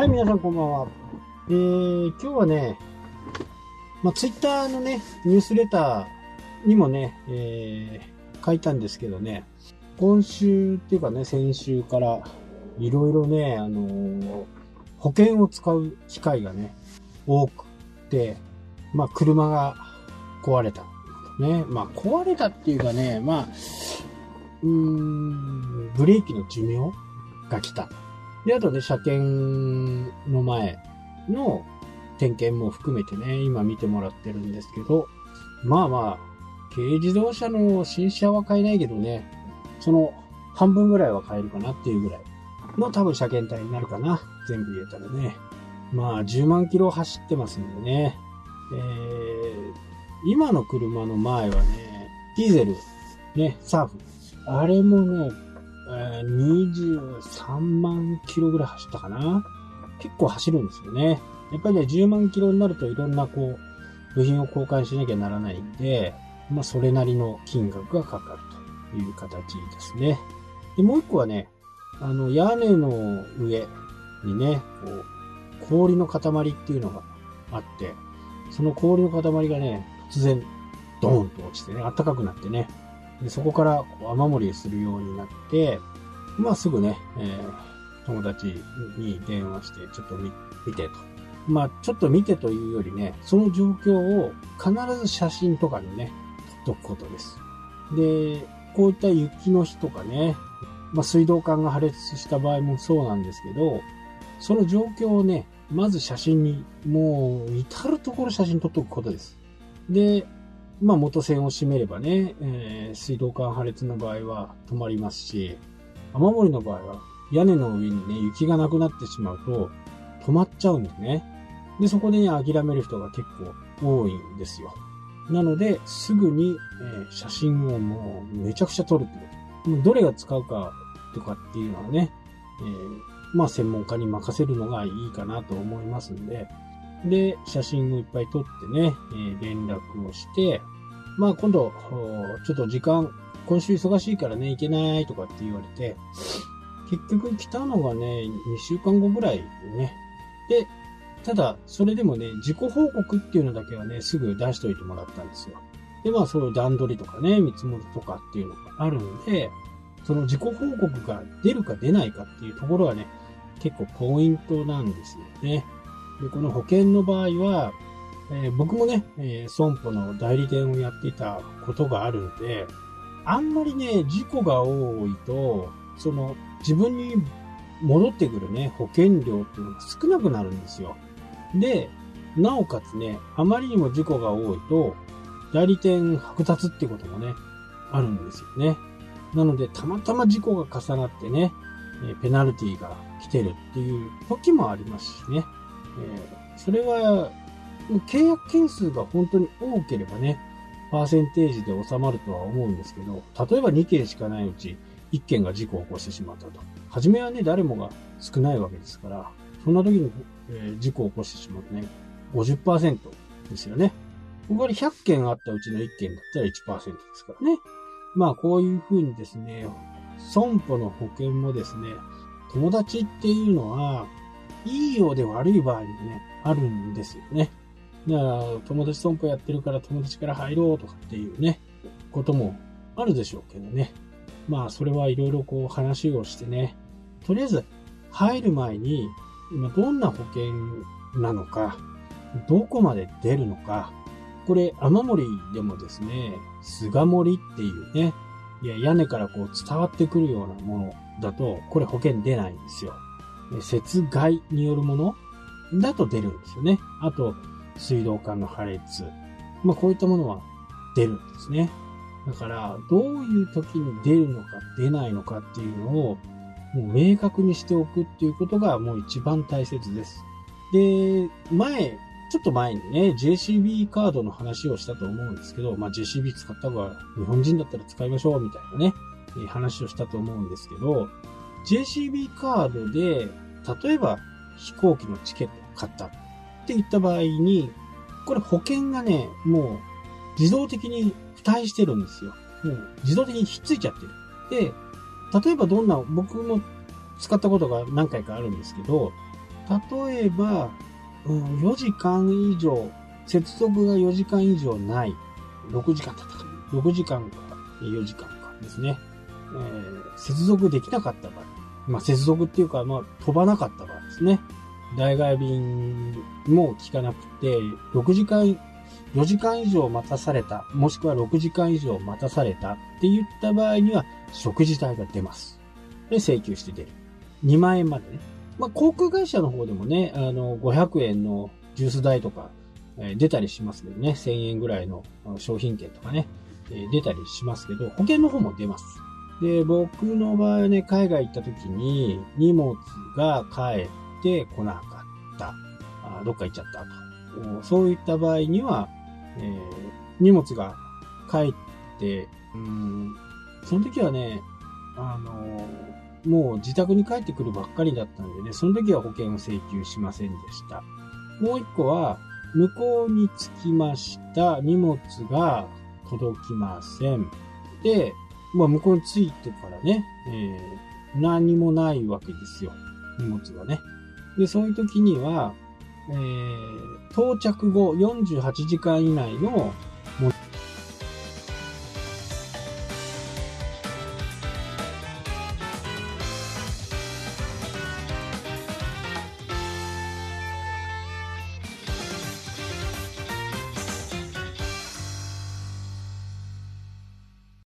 はい、皆さんこんばんは。今日はね、ツイッターのね、ニュースレターにもね、書いたんですけどね、今週っていうかね、先週からいろいろね、保険を使う機会がね、多くて、車が壊れた。ね、壊れたっていうかね、ブレーキの寿命が来た。で、あとね、車検の前の点検も含めてね、今見てもらってるんですけど、軽自動車の新車は買えないけどね、その半分ぐらいは買えるかなっていうぐらいの多分車検帯になるかな。全部入れたらね。10万キロ走ってますんでね。今の車の前はね、ディーゼル、ね、サーフ。あれもね、23万キロぐらい走ったかな。結構走るんですよね。やっぱりね、10万キロになるといろんな部品を交換しなきゃならないんで、それなりの金額がかかるという形ですね。で、もう一個はね、屋根の上にね、氷の塊っていうのがあって、その氷の塊がね、突然、ドーンと落ちてね、暖かくなってね、でそこから雨漏りするようになって、すぐね、友達に電話して、ちょっと見てと。ちょっと見てというよりね、その状況を必ず写真とかにね、撮っとくことです。で、こういった雪の日とかね、水道管が破裂した場合もそうなんですけど、その状況をね、まず写真に、もう至るところ写真撮っとくことです。で、元栓を閉めればね、水道管破裂の場合は止まりますし、雨漏りの場合は屋根の上にね、雪がなくなってしまうと止まっちゃうんですね。で、そこでね、諦める人が結構多いんですよ。なので、すぐに、写真をもうめちゃくちゃ撮るってこと。どれが使うかとかっていうのはね、専門家に任せるのがいいかなと思いますんで、で、写真をいっぱい撮ってね、連絡をして、今度、ちょっと時間、今週忙しいからね、行けないとかって言われて、結局来たのがね、2週間後ぐらいね。で、ただ、それでもね、自己報告っていうのだけはね、すぐ出しといてもらったんですよ。で、そういう段取りとかね、見積もりとかっていうのがあるんで、その自己報告が出るか出ないかっていうところはね、結構ポイントなんですよね。で、この保険の場合は、僕もね、損保の代理店をやっていたことがあるんで、あんまりね、事故が多いと、自分に戻ってくるね、保険料っていうのが少なくなるんですよ。で、なおかつね、あまりにも事故が多いと、代理店剥奪っていうこともね、あるんですよね。なので、たまたま事故が重なってね、ペナルティが来てるっていう時もありますしね。それは、契約件数が本当に多ければね、パーセンテージで収まるとは思うんですけど、例えば2件しかないうち1件が事故を起こしてしまったと。初めはね、誰もが少ないわけですから、そんな時に、事故を起こしてしまうとね、50% ですよね。他に100件あったうちの1件だったら 1% ですからね。こういうふうにですね、損保の保険もですね、友達っていうのは、いいようで悪い場合もね、あるんですよね。だから、友達損保やってるから友達から入ろうとかっていうね、こともあるでしょうけどね。それはいろいろ話をしてね、とりあえず入る前に、今どんな保険なのか、どこまで出るのか、これ雨漏りでもですね、菅漏りっていうね、屋根から伝わってくるようなものだと、これ保険出ないんですよ。雪害によるものだと出るんですよね。あと、水道管の破裂。こういったものは出るんですね。だから、どういう時に出るのか出ないのかっていうのを、もう明確にしておくっていうことがもう一番大切です。で、ちょっと前にね、JCB カードの話をしたと思うんですけど、JCB 使った方が日本人だったら使いましょうみたいなね、話をしたと思うんですけど、JCB カードで、例えば飛行機のチケットを買ったって言った場合に、これ保険がね、もう自動的に付帯してるんですよ。もう自動的にひっついちゃってる。で、例えば僕も使ったことが何回かあるんですけど、 例えば、4時間以上、接続が4時間以上ない、6時間だったか。6時間か4時間かですね。接続できなかった場合。接続っていうか、飛ばなかった場合ですね。代替便も効かなくて、4時間以上待たされた、もしくは6時間以上待たされたって言った場合には、食事代が出ます。で、請求して出る。2万円までね。航空会社の方でもね、500円のジュース代とか、出たりしますけどね、1000円ぐらいの商品券とかね、出たりしますけど、保険の方も出ます。で、僕の場合はね、海外行った時に荷物が帰ってこなかった。どっか行っちゃったと。そういった場合には、荷物が帰って、その時はね、もう自宅に帰ってくるばっかりだったんでね、その時は保険を請求しませんでした。もう一個は、向こうに着きました。荷物が届きません。で、向こうに着いてからね、何もないわけですよ。荷物がね。で、そういう時には、到着後48時間以内の